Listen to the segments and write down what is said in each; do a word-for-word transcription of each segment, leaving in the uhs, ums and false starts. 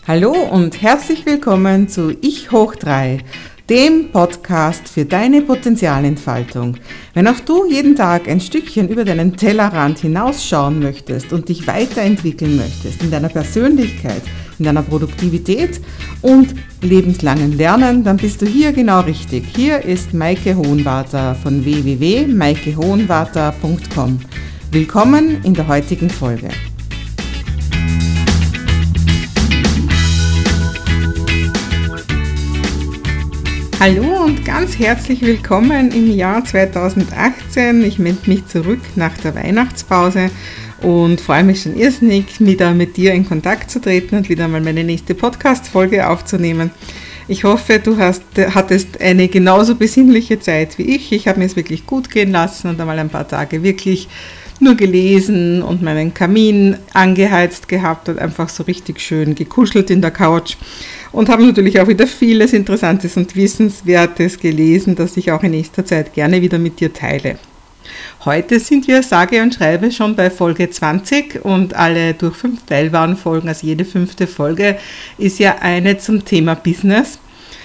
Hallo und herzlich willkommen zu Ich hoch drei, dem Podcast für deine Potenzialentfaltung. Wenn auch du jeden Tag ein Stückchen über deinen Tellerrand hinausschauen möchtest und dich weiterentwickeln möchtest in deiner Persönlichkeit, in deiner Produktivität und lebenslangen Lernen, dann bist du hier genau richtig. Hier ist Maike Hohenwarter von w w w punkt maike hohenwarter punkt com. Willkommen in der heutigen Folge. Hallo und ganz herzlich willkommen im Jahr zweitausendachtzehn. Ich melde mich zurück nach der Weihnachtspause und freue mich schon irrsinnig, wieder mit dir in Kontakt zu treten und wieder mal meine nächste Podcast-Folge aufzunehmen. Ich hoffe, du hast, hattest eine genauso besinnliche Zeit wie ich. Ich habe mir es wirklich gut gehen lassen und einmal ein paar Tage wirklich nur gelesen und meinen Kamin angeheizt gehabt und einfach so richtig schön gekuschelt in der Couch. Und habe natürlich auch wieder vieles Interessantes und Wissenswertes gelesen, das ich auch in nächster Zeit gerne wieder mit dir teile. Heute sind wir sage und schreibe schon bei Folge zwanzig und alle durch fünf teilbaren Folgen, also jede fünfte Folge, ist ja eine zum Thema Business.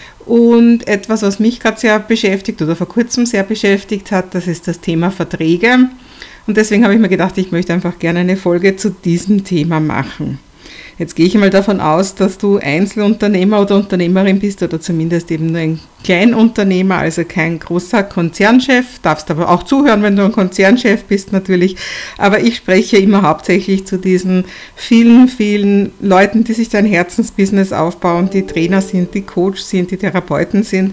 Und etwas, was mich gerade sehr beschäftigt oder vor kurzem sehr beschäftigt hat, das ist das Thema Verträge. Und deswegen habe ich mir gedacht, ich möchte einfach gerne eine Folge zu diesem Thema machen. Jetzt gehe ich mal davon aus, dass du Einzelunternehmer oder Unternehmerin bist oder zumindest eben nur ein Kleinunternehmer, also kein großer Konzernchef. Darfst aber auch zuhören, wenn du ein Konzernchef bist natürlich. Aber ich spreche immer hauptsächlich zu diesen vielen, vielen Leuten, die sich da ein Herzensbusiness aufbauen, die Trainer sind, die Coach sind, die Therapeuten sind.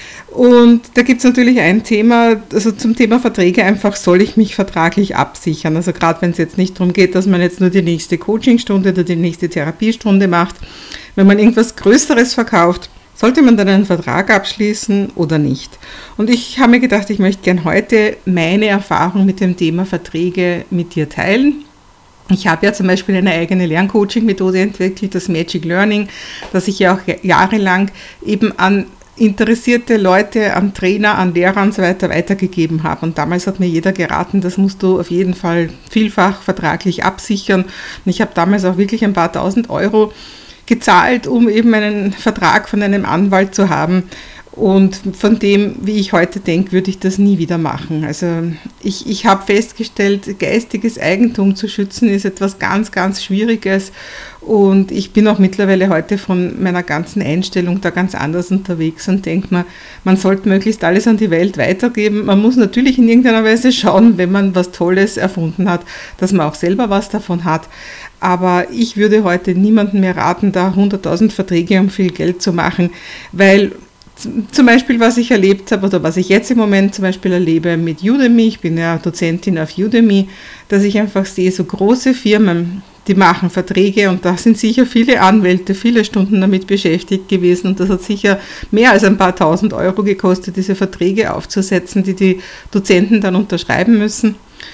Und da gibt es natürlich ein Thema, also zum Thema Verträge einfach, soll ich mich vertraglich absichern? Also gerade wenn es jetzt nicht darum geht, dass man jetzt nur die nächste Coachingstunde oder die nächste Therapiestunde macht, wenn man irgendwas Größeres verkauft, sollte man dann einen Vertrag abschließen oder nicht? Und ich habe mir gedacht, ich möchte gern heute meine Erfahrung mit dem Thema Verträge mit dir teilen. Ich habe ja zum Beispiel eine eigene Lerncoaching-Methode entwickelt, das Magic Learning, das ich ja auch jahrelang eben an interessierte Leute, an Trainer, an Lehrer und so weiter weitergegeben habe. Und damals hat mir jeder geraten, das musst du auf jeden Fall vielfach vertraglich absichern. Und ich habe damals auch wirklich ein paar tausend Euro gezahlt, um eben einen Vertrag von einem Anwalt zu haben. Und von dem, wie ich heute denke, würde ich das nie wieder machen. Also ich, ich habe festgestellt, geistiges Eigentum zu schützen ist etwas ganz, ganz Schwieriges. Und ich bin auch mittlerweile heute von meiner ganzen Einstellung da ganz anders unterwegs und denke mir, man sollte möglichst alles an die Welt weitergeben. Man muss natürlich in irgendeiner Weise schauen, wenn man was Tolles erfunden hat, dass man auch selber was davon hat. Aber ich würde heute niemandem mehr raten, da hunderttausend Verträge um viel Geld zu machen, weil zum Beispiel, was ich erlebt habe oder was ich jetzt im Moment zum Beispiel erlebe mit Udemy, ich bin ja Dozentin auf Udemy, dass ich einfach sehe, so große Firmen, die machen Verträge und da sind sicher viele Anwälte, viele Stunden damit beschäftigt gewesen und das hat sicher mehr als ein paar tausend Euro gekostet, diese Verträge aufzusetzen, die die Dozenten dann unterschreiben müssen.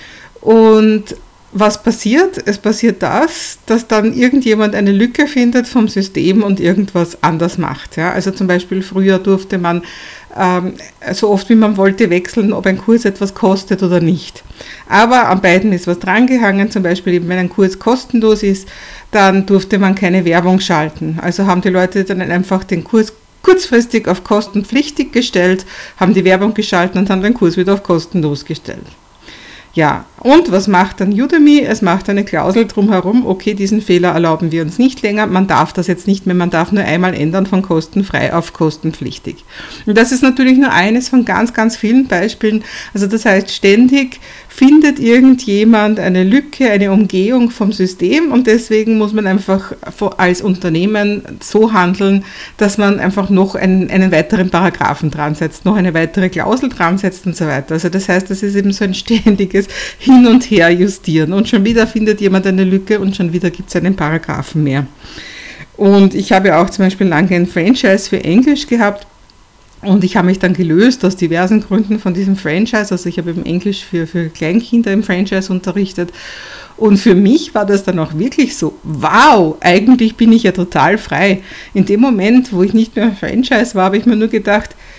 Und was passiert? Es passiert das, dass dann irgendjemand eine Lücke findet vom System und irgendwas anders macht. Ja? Also zum Beispiel früher durfte man ähm, so oft wie man wollte wechseln, ob ein Kurs etwas kostet oder nicht. Aber an beiden ist was drangehangen, zum Beispiel eben, wenn ein Kurs kostenlos ist, dann durfte man keine Werbung schalten. Also haben die Leute dann einfach den Kurs kurzfristig auf kostenpflichtig gestellt, haben die Werbung geschalten und haben den Kurs wieder auf kostenlos gestellt. Ja, und was macht dann Udemy? Es macht eine Klausel drumherum, okay, diesen Fehler erlauben wir uns nicht länger, man darf das jetzt nicht mehr, man darf nur einmal ändern von kostenfrei auf kostenpflichtig. Und das ist natürlich nur eines von ganz, ganz vielen Beispielen. Also das heißt, ständig findet irgendjemand eine Lücke, eine Umgehung vom System und deswegen muss man einfach als Unternehmen so handeln, dass man einfach noch einen, einen weiteren Paragraphen dran setzt, noch eine weitere Klausel dran setzt und so weiter. Also das heißt, das ist eben so ein ständiges Hin und Her justieren und schon wieder findet jemand eine Lücke und schon wieder gibt es einen Paragraphen mehr. Und ich habe auch zum Beispiel lange ein Franchise für Englisch gehabt. Und ich habe mich dann gelöst aus diversen Gründen von diesem Franchise. Also ich habe eben Englisch für, für Kleinkinder im Franchise unterrichtet. Und für mich war das dann auch wirklich so, wow, eigentlich bin ich ja total frei. In dem Moment, wo ich nicht mehr im Franchise war, habe ich mir nur gedacht,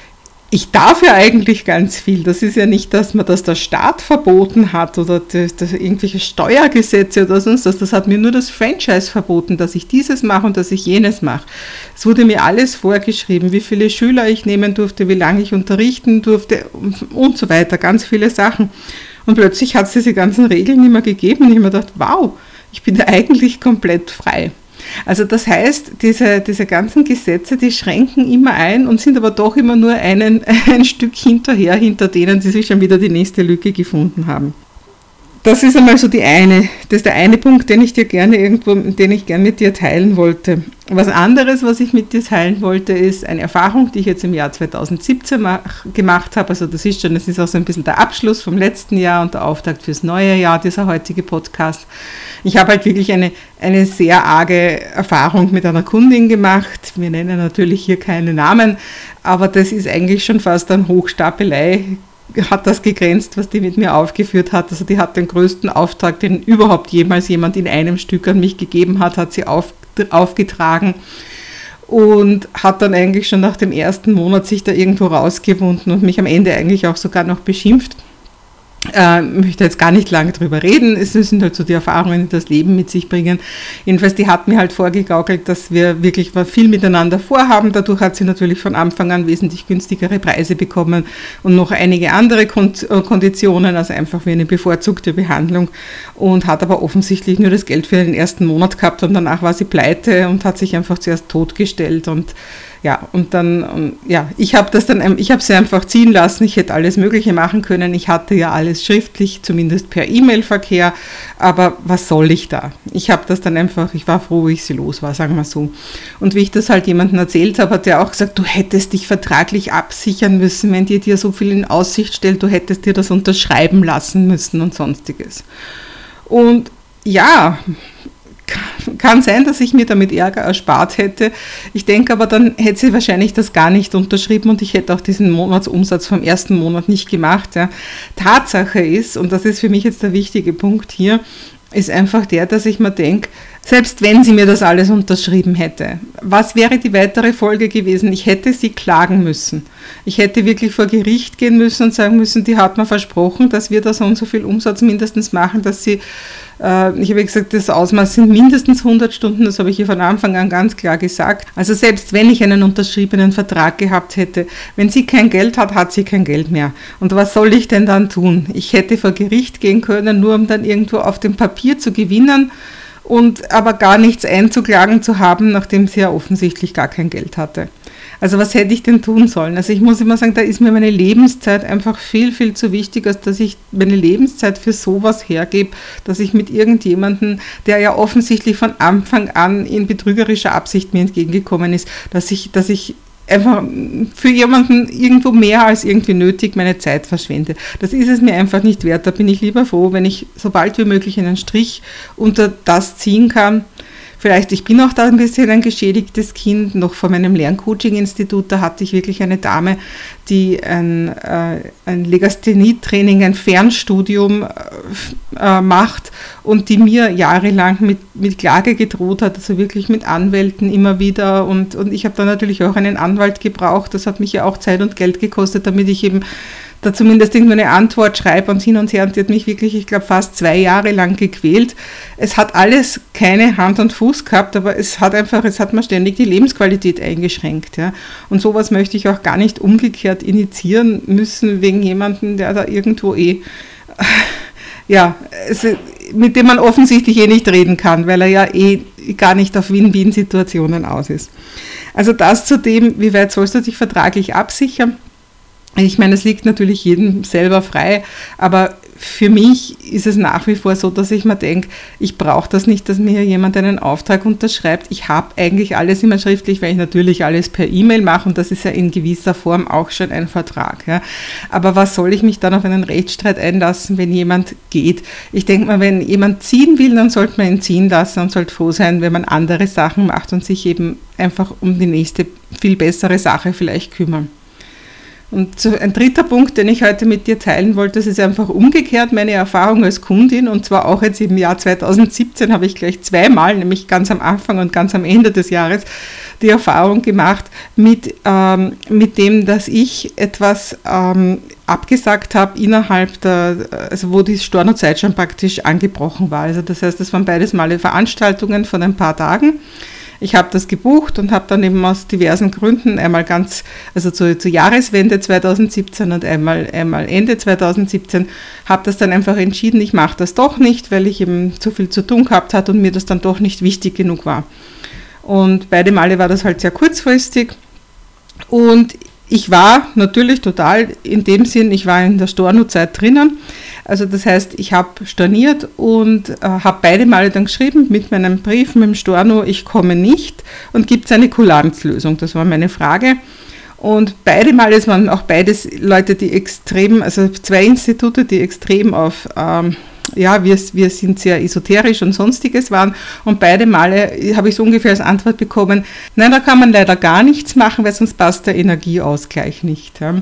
ich darf ja eigentlich ganz viel. Das ist ja nicht, dass man das der Staat verboten hat oder das, das irgendwelche Steuergesetze oder sonst was. Das hat mir nur das Franchise verboten, dass ich dieses mache und dass ich jenes mache. Es wurde mir alles vorgeschrieben, wie viele Schüler ich nehmen durfte, wie lange ich unterrichten durfte und so weiter. Ganz viele Sachen. Und plötzlich hat es diese ganzen Regeln nicht mehr gegeben und ich habe mir gedacht, wow, ich bin ja eigentlich komplett frei. Also das heißt, diese, diese ganzen Gesetze, die schränken immer ein und sind aber doch immer nur einen, ein Stück hinterher, hinter denen, die sich schon wieder die nächste Lücke gefunden haben. Das ist einmal so die eine, das ist der eine Punkt, den ich dir gerne irgendwo, den ich gerne mit dir teilen wollte. Was anderes, was ich mit dir teilen wollte, ist eine Erfahrung, die ich jetzt im Jahr zweitausendsiebzehn mach, gemacht habe. Also das ist schon, das ist auch so ein bisschen der Abschluss vom letzten Jahr und der Auftakt fürs neue Jahr, dieser heutige Podcast. Ich habe halt wirklich eine, eine sehr arge Erfahrung mit einer Kundin gemacht. Wir nennen natürlich hier keine Namen, aber das ist eigentlich schon fast an Hochstapelei, hat das gegrenzt, was die mit mir aufgeführt hat. Also die hat den größten Auftrag, den überhaupt jemals jemand in einem Stück an mich gegeben hat, hat sie auf, aufgetragen und hat dann eigentlich schon nach dem ersten Monat sich da irgendwo rausgewunden und mich am Ende eigentlich auch sogar noch beschimpft. Ich äh, möchte jetzt gar nicht lange drüber reden, es sind halt so die Erfahrungen, die das Leben mit sich bringen. Jedenfalls, die hat mir halt vorgegaukelt, dass wir wirklich viel miteinander vorhaben. Dadurch hat sie natürlich von Anfang an wesentlich günstigere Preise bekommen und noch einige andere Konditionen, also einfach wie eine bevorzugte Behandlung, und hat aber offensichtlich nur das Geld für den ersten Monat gehabt und danach war sie pleite und hat sich einfach zuerst totgestellt und ja, und dann, und ja, ich habe das dann, ich habe sie einfach ziehen lassen, ich hätte alles Mögliche machen können, ich hatte ja alles schriftlich, zumindest per E-Mail-Verkehr, aber was soll ich da? Ich habe das dann einfach, ich war froh, wie ich sie los war, sagen wir so. Und wie ich das halt jemandem erzählt habe, hat der auch gesagt, du hättest dich vertraglich absichern müssen, wenn dir dir so viel in Aussicht stellt, du hättest dir das unterschreiben lassen müssen und sonstiges. Und ja, kann sein, dass ich mir damit Ärger erspart hätte. Ich denke aber, dann hätte sie wahrscheinlich das gar nicht unterschrieben und ich hätte auch diesen Monatsumsatz vom ersten Monat nicht gemacht. Ja. Tatsache ist, und das ist für mich jetzt der wichtige Punkt hier, ist einfach der, dass ich mir denke, selbst wenn sie mir das alles unterschrieben hätte, was wäre die weitere Folge gewesen? Ich hätte sie klagen müssen. Ich hätte wirklich vor Gericht gehen müssen und sagen müssen, die hat mir versprochen, dass wir da so und so viel Umsatz mindestens machen, dass sie, äh, ich habe gesagt, das Ausmaß sind mindestens hundert Stunden, das habe ich ihr von Anfang an ganz klar gesagt. Also selbst wenn ich einen unterschriebenen Vertrag gehabt hätte, wenn sie kein Geld hat, hat sie kein Geld mehr. Und was soll ich denn dann tun? Ich hätte vor Gericht gehen können, nur um dann irgendwo auf dem Papier zu gewinnen, und aber gar nichts einzuklagen zu haben, nachdem sie ja offensichtlich gar kein Geld hatte. Also was hätte ich denn tun sollen? Also ich muss immer sagen, da ist mir meine Lebenszeit einfach viel, viel zu wichtig, als dass ich meine Lebenszeit für sowas hergebe, dass ich mit irgendjemandem, der ja offensichtlich von Anfang an in betrügerischer Absicht mir entgegengekommen ist, dass ich, dass ich einfach für jemanden irgendwo mehr als irgendwie nötig meine Zeit verschwende. Das ist es mir einfach nicht wert. Da bin ich lieber froh, wenn ich so bald wie möglich einen Strich unter das ziehen kann. Vielleicht, ich bin auch da ein bisschen ein geschädigtes Kind, noch vor meinem Lerncoaching-Institut, da hatte ich wirklich eine Dame, die ein, äh, ein Legasthenie-Training, ein Fernstudium äh, macht und die mir jahrelang mit, mit Klage gedroht hat, also wirklich mit Anwälten immer wieder, und, und ich habe da natürlich auch einen Anwalt gebraucht, das hat mich ja auch Zeit und Geld gekostet, damit ich eben da zumindest irgendeine Antwort schreibe und hin und her, und die hat mich wirklich, ich glaube, fast zwei Jahre lang gequält. Es hat alles keine Hand und Fuß gehabt, aber es hat einfach, es hat mir ständig die Lebensqualität eingeschränkt. Ja. Und sowas möchte ich auch gar nicht umgekehrt initiieren müssen wegen jemandem, der da irgendwo eh, ja, es, mit dem man offensichtlich eh nicht reden kann, weil er ja eh gar nicht auf Win-Win-Situationen aus ist. Also das zu dem, wie weit sollst du dich vertraglich absichern? Ich meine, es liegt natürlich jedem selber frei, aber für mich ist es nach wie vor so, dass ich mir denke, ich brauche das nicht, dass mir jemand einen Auftrag unterschreibt. Ich habe eigentlich alles immer schriftlich, weil ich natürlich alles per E-Mail mache, und das ist ja in gewisser Form auch schon ein Vertrag. Ja. Aber was soll ich mich dann auf einen Rechtsstreit einlassen, wenn jemand geht? Ich denke mal, wenn jemand ziehen will, dann sollte man ihn ziehen lassen und sollte froh sein, wenn man andere Sachen macht und sich eben einfach um die nächste, viel bessere Sache vielleicht kümmern. Und so ein dritter Punkt, den ich heute mit dir teilen wollte, das ist einfach umgekehrt meine Erfahrung als Kundin, und zwar auch jetzt im Jahr zweitausendsiebzehn habe ich gleich zweimal, nämlich ganz am Anfang und ganz am Ende des Jahres, die Erfahrung gemacht mit, ähm, mit dem, dass ich etwas ähm, abgesagt habe innerhalb der, also wo die Stornozeit schon praktisch angebrochen war. Also das heißt, das waren beides Male Veranstaltungen von ein paar Tagen. Ich habe das gebucht und habe dann eben aus diversen Gründen einmal ganz, also zur, zur Jahreswende zweitausendsiebzehn und einmal, einmal Ende zweitausendsiebzehn, habe das dann einfach entschieden, ich mache das doch nicht, weil ich eben zu viel zu tun gehabt hatte und mir das dann doch nicht wichtig genug war. Und beide Male war das halt sehr kurzfristig und ich war natürlich total in dem Sinn, ich war in der Stornozeit drinnen. Also das heißt, ich habe storniert und äh, habe beide Male dann geschrieben mit meinem Brief, mit dem Storno, ich komme nicht, und gibt es eine Kulanzlösung? Das war meine Frage. Und beide Male, es waren auch beides Leute, die extrem, also zwei Institute, die extrem auf, ähm, ja, wir, wir sind sehr esoterisch und sonstiges waren, und beide Male habe ich so ungefähr als Antwort bekommen, nein, da kann man leider gar nichts machen, weil sonst passt der Energieausgleich nicht. Ja.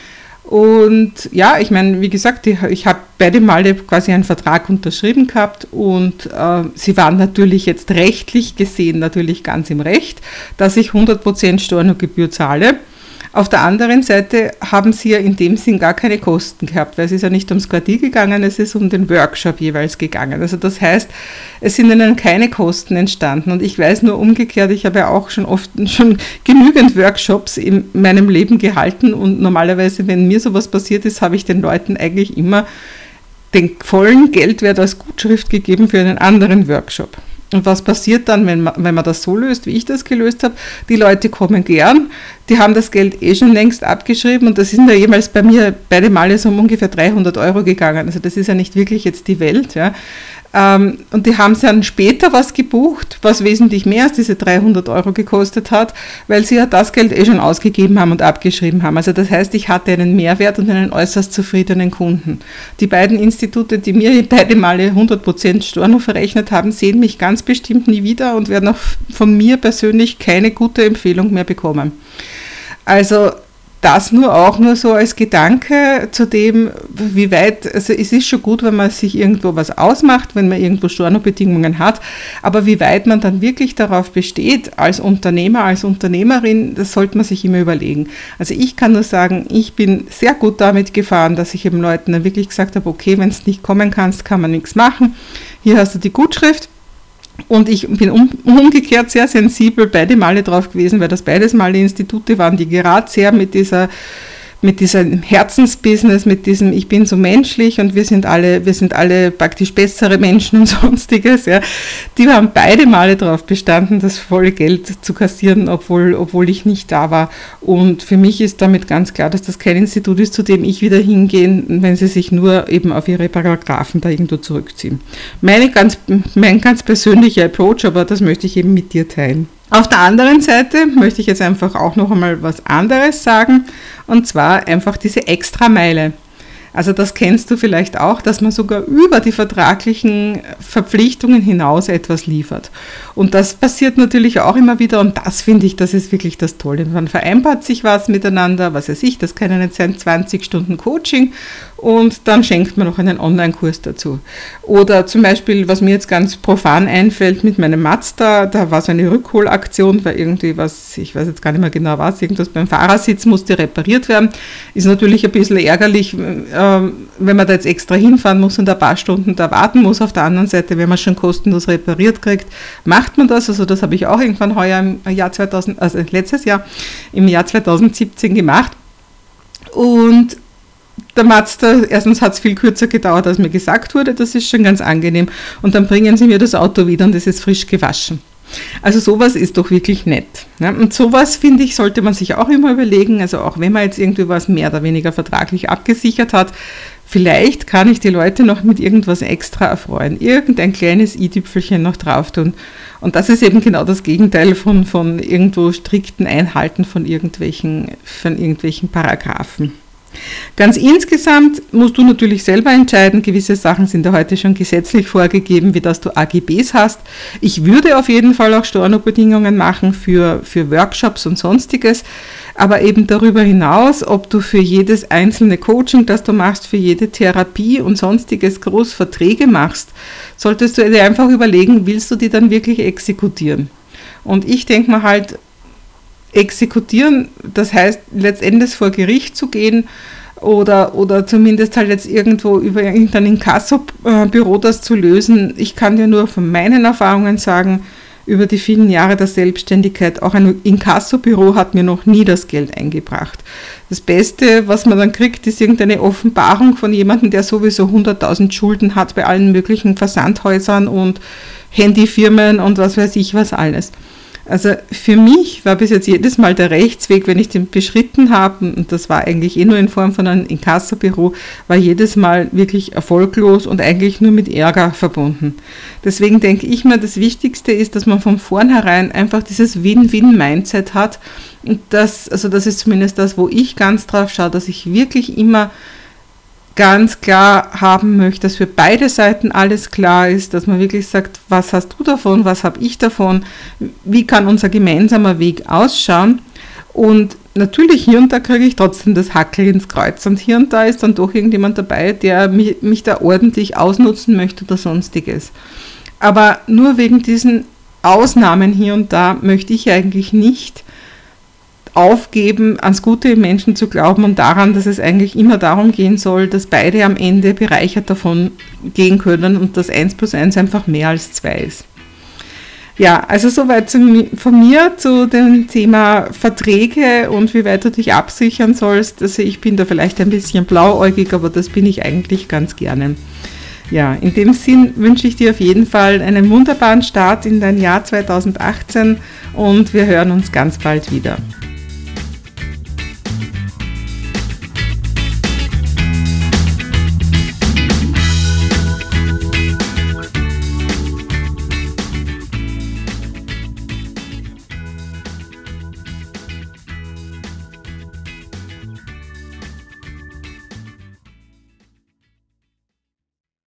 Und ja, ich meine, wie gesagt, ich, ich habe beide Male quasi einen Vertrag unterschrieben gehabt, und äh, sie waren natürlich jetzt rechtlich gesehen natürlich ganz im Recht, dass ich hundert Prozent Stornogebühr zahle. Auf der anderen Seite haben sie ja in dem Sinn gar keine Kosten gehabt, weil es ist ja nicht ums Quartier gegangen, es ist um den Workshop jeweils gegangen. Also das heißt, es sind ihnen keine Kosten entstanden, und ich weiß nur umgekehrt, ich habe ja auch schon oft schon genügend Workshops in meinem Leben gehalten, und normalerweise, wenn mir sowas passiert ist, habe ich den Leuten eigentlich immer den vollen Geldwert als Gutschrift gegeben für einen anderen Workshop. Und was passiert dann, wenn man, wenn man das so löst, wie ich das gelöst habe? Die Leute kommen gern, die haben das Geld eh schon längst abgeschrieben, und das sind ja jemals bei mir beide Male so um ungefähr dreihundert Euro gegangen. Also das ist ja nicht wirklich jetzt die Welt. Ja. Ähm, und die haben dann später was gebucht, was wesentlich mehr als diese dreihundert Euro gekostet hat, weil sie ja das Geld eh schon ausgegeben haben und abgeschrieben haben. Also das heißt, ich hatte einen Mehrwert und einen äußerst zufriedenen Kunden. Die beiden Institute, die mir beide Male hundert Prozent Storno verrechnet haben, sehen mich ganz bestimmt nie wieder und werden auch von mir persönlich keine gute Empfehlung mehr bekommen. Also das nur auch nur so als Gedanke zu dem, wie weit, also es ist schon gut, wenn man sich irgendwo was ausmacht, wenn man irgendwo Stornobedingungen hat, aber wie weit man dann wirklich darauf besteht, als Unternehmer, als Unternehmerin, das sollte man sich immer überlegen. Also ich kann nur sagen, ich bin sehr gut damit gefahren, dass ich eben Leuten dann wirklich gesagt habe, okay, wenn du nicht kommen kannst, kann man nichts machen, hier hast du die Gutschrift. Und ich bin um, umgekehrt sehr sensibel beide Male drauf gewesen, weil das beides Male Institute waren, die gerade sehr mit dieser mit diesem Herzensbusiness, mit diesem ich bin so menschlich und wir sind alle, wir sind alle praktisch bessere Menschen und sonstiges, ja, die haben beide Male darauf bestanden, das volle Geld zu kassieren, obwohl, obwohl ich nicht da war. Und für mich ist damit ganz klar, dass das kein Institut ist, zu dem ich wieder hingehe, wenn sie sich nur eben auf ihre Paragraphen da irgendwo zurückziehen. Meine ganz, mein ganz persönlicher Approach, aber das möchte ich eben mit dir teilen. Auf der anderen Seite möchte ich jetzt einfach auch noch einmal was anderes sagen, und zwar einfach diese Extrameile. Also das kennst du vielleicht auch, dass man sogar über die vertraglichen Verpflichtungen hinaus etwas liefert. Und das passiert natürlich auch immer wieder, und das finde ich, das ist wirklich das Tolle. Man vereinbart sich was miteinander, was weiß ich, das kann jetzt sein zwanzig Stunden Coaching, und dann schenkt man noch einen Online-Kurs dazu. Oder zum Beispiel, was mir jetzt ganz profan einfällt, mit meinem Mazda, da war so eine Rückholaktion, weil irgendwie was, ich weiß jetzt gar nicht mehr genau was, irgendwas beim Fahrersitz musste repariert werden. Ist natürlich ein bisschen ärgerlich, wenn man da jetzt extra hinfahren muss und ein paar Stunden da warten muss. Auf der anderen Seite, wenn man schon kostenlos repariert kriegt, macht man das. Also das habe ich auch irgendwann heuer im Jahr zweitausend, also letztes Jahr im Jahr zweitausendsiebzehn gemacht. Und der Mazda, erstens hat es viel kürzer gedauert, als mir gesagt wurde, das ist schon ganz angenehm. Und dann bringen sie mir das Auto wieder und es ist frisch gewaschen. Also sowas ist doch wirklich nett. Ne? Und sowas, finde ich, sollte man sich auch immer überlegen, also auch wenn man jetzt irgendwie was mehr oder weniger vertraglich abgesichert hat, vielleicht kann ich die Leute noch mit irgendwas extra erfreuen, irgendein kleines i-Tüpfelchen noch drauf tun. Und das ist eben genau das Gegenteil von, von irgendwo strikten Einhalten von irgendwelchen, von irgendwelchen Paragraphen. Ganz insgesamt musst du natürlich selber entscheiden, gewisse Sachen sind ja heute schon gesetzlich vorgegeben, wie dass du A G Bs hast. Ich würde auf jeden Fall auch Stornobedingungen machen für, für Workshops und sonstiges. aber eben darüber hinaus, ob du für jedes einzelne Coaching, das du machst, für jede Therapie und sonstiges groß Verträge machst, solltest du dir einfach überlegen, willst du die dann wirklich exekutieren? Und ich denke mir halt, exekutieren, das heißt letztendlich vor Gericht zu gehen oder, oder zumindest halt jetzt irgendwo über irgendein Inkassobüro das zu lösen. Ich kann dir nur von meinen Erfahrungen sagen, über die vielen Jahre der Selbstständigkeit, auch ein Inkassobüro hat mir noch nie das Geld eingebracht. Das Beste, was man dann kriegt, ist irgendeine Offenbarung von jemandem, der sowieso hunderttausend Schulden hat bei allen möglichen Versandhäusern und Handyfirmen und was weiß ich was alles. Also für mich war bis jetzt jedes Mal der Rechtsweg, wenn ich den beschritten habe, und das war eigentlich eh nur in Form von einem Inkassobüro, war jedes Mal wirklich erfolglos und eigentlich nur mit Ärger verbunden. Deswegen denke ich mir, das Wichtigste ist, dass man von vornherein einfach dieses Win-Win-Mindset hat. Und das, also das ist zumindest das, wo ich ganz drauf schaue, dass ich wirklich immer ganz klar haben möchte, dass für beide Seiten alles klar ist, dass man wirklich sagt, was hast du davon, was habe ich davon, wie kann unser gemeinsamer Weg ausschauen. Und natürlich hier und da kriege ich trotzdem das Hackel ins Kreuz und hier und da ist dann doch irgendjemand dabei, der mich, mich da ordentlich ausnutzen möchte oder sonstiges. Aber nur wegen diesen Ausnahmen hier und da möchte ich eigentlich nicht aufgeben, ans Gute im Menschen zu glauben und daran, dass es eigentlich immer darum gehen soll, dass beide am Ende bereichert davon gehen können und dass eins plus eins einfach mehr als zwei ist. Ja, also soweit zu, von mir zu dem Thema Verträge und wie weit du dich absichern sollst. Also ich bin da vielleicht ein bisschen blauäugig, aber das bin ich eigentlich ganz gerne. Ja, in dem Sinn wünsche ich dir auf jeden Fall einen wunderbaren Start in dein Jahr zweitausendachtzehn und wir hören uns ganz bald wieder.